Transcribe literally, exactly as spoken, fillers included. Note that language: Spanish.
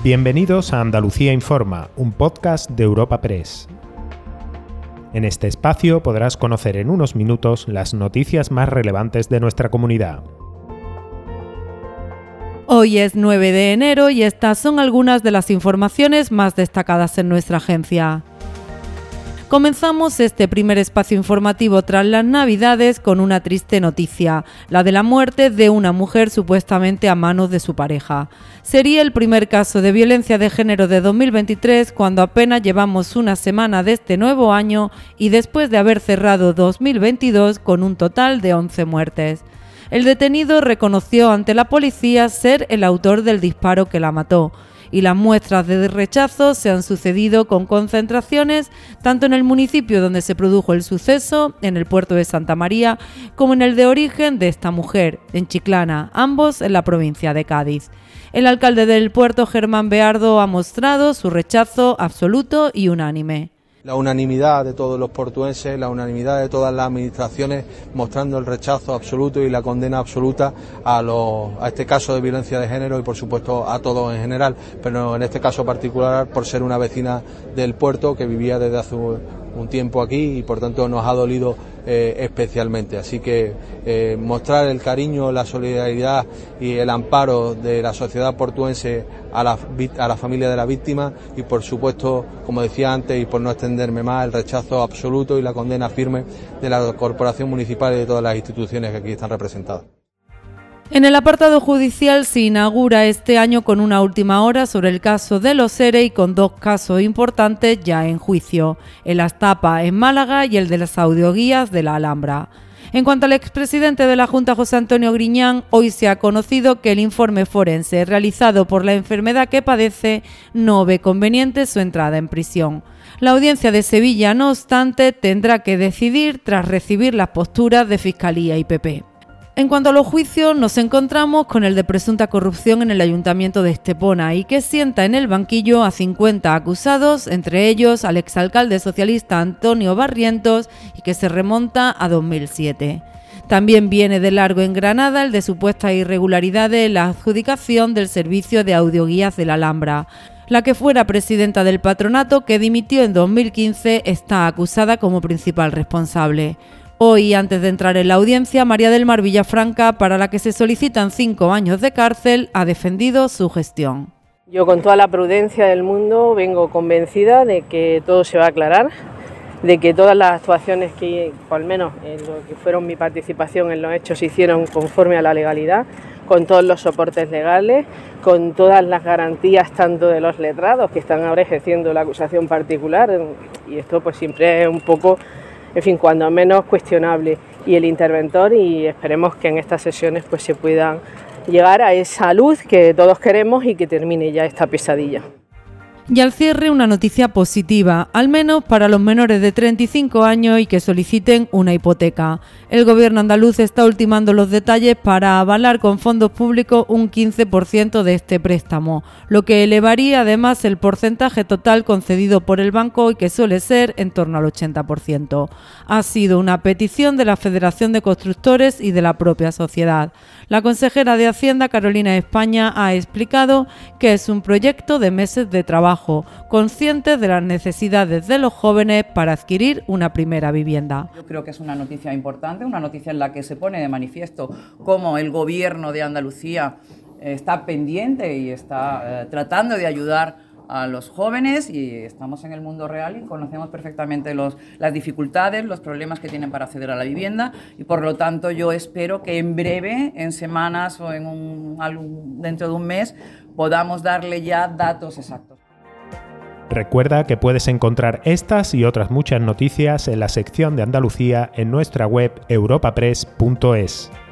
Bienvenidos a Andalucía Informa, un podcast de Europa Press. En este espacio podrás conocer en unos minutos las noticias más relevantes de nuestra comunidad. Hoy es nueve de enero y estas son algunas de las informaciones más destacadas en nuestra agencia. Comenzamos este primer espacio informativo tras las Navidades con una triste noticia, la de la muerte de una mujer supuestamente a manos de su pareja. Sería el primer caso de violencia de género de dos mil veintitrés cuando apenas llevamos una semana de este nuevo año y después de haber cerrado dos mil veintidós con un total de once muertes. El detenido reconoció ante la policía ser el autor del disparo que la mató. Y las muestras de rechazo se han sucedido con concentraciones tanto en el municipio donde se produjo el suceso, en el puerto de Santa María, como en el de origen de esta mujer, en Chiclana, ambos en la provincia de Cádiz. El alcalde del puerto, Germán Beardo, ha mostrado su rechazo absoluto y unánime. La unanimidad de todos los portuenses, la unanimidad de todas las administraciones mostrando el rechazo absoluto y la condena absoluta a, los, a este caso de violencia de género y por supuesto a todos en general, pero en este caso particular por ser una vecina del puerto que vivía desde hace un tiempo aquí y por tanto nos ha dolido eh, especialmente. Así que eh, mostrar el cariño, la solidaridad y el amparo de la sociedad portuense a la, a la familia de la víctima y por supuesto, como decía antes y por no extenderme más, el rechazo absoluto y la condena firme de la corporación municipal y de todas las instituciones que aquí están representadas. En el apartado judicial se inaugura este año con una última hora sobre el caso de los ERE y con dos casos importantes ya en juicio, el Astapa en Málaga y el de las audioguías de la Alhambra. En cuanto al expresidente de la Junta, José Antonio Griñán, hoy se ha conocido que el informe forense realizado por la enfermedad que padece no ve conveniente su entrada en prisión. La audiencia de Sevilla, no obstante, tendrá que decidir tras recibir las posturas de Fiscalía y P P. En cuanto a los juicios, nos encontramos con el de presunta corrupción en el Ayuntamiento de Estepona y que sienta en el banquillo a cincuenta acusados, entre ellos al exalcalde socialista Antonio Barrientos y que se remonta a dos mil siete. También viene de largo en Granada el de supuestas irregularidades en la adjudicación del servicio de audioguías de la Alhambra. La que fuera presidenta del patronato, que dimitió en dos mil quince, está acusada como principal responsable. Hoy, antes de entrar en la audiencia, María del Mar Villafranca, para la que se solicitan cinco años de cárcel, ha defendido su gestión. Yo, con toda la prudencia del mundo, vengo convencida de que todo se va a aclarar, de que todas las actuaciones que, o al menos en lo que fueron mi participación en los hechos, se hicieron conforme a la legalidad, con todos los soportes legales, con todas las garantías tanto de los letrados que están ahora ejerciendo la acusación particular, y esto pues siempre es un poco, en fin, cuando menos cuestionable, y el interventor, y esperemos que en estas sesiones pues se puedan llegar a esa luz que todos queremos y que termine ya esta pesadilla. Y al cierre, una noticia positiva, al menos para los menores de treinta y cinco años y que soliciten una hipoteca. El gobierno andaluz está ultimando los detalles para avalar con fondos públicos un quince por ciento de este préstamo, lo que elevaría además el porcentaje total concedido por el banco y que suele ser en torno al ochenta por ciento. Ha sido una petición de la Federación de Constructores y de la propia sociedad. La consejera de Hacienda, Carolina España, ha explicado que es un proyecto de meses de trabajo, conscientes de las necesidades de los jóvenes para adquirir una primera vivienda. Yo creo que es una noticia importante, una noticia en la que se pone de manifiesto cómo el gobierno de Andalucía está pendiente y está eh, tratando de ayudar a los jóvenes, y estamos en el mundo real y conocemos perfectamente los, las dificultades, los problemas que tienen para acceder a la vivienda, y por lo tanto yo espero que en breve, en semanas o en un, dentro de un mes, podamos darle ya datos exactos. Recuerda que puedes encontrar estas y otras muchas noticias en la sección de Andalucía en nuestra web europapress punto es.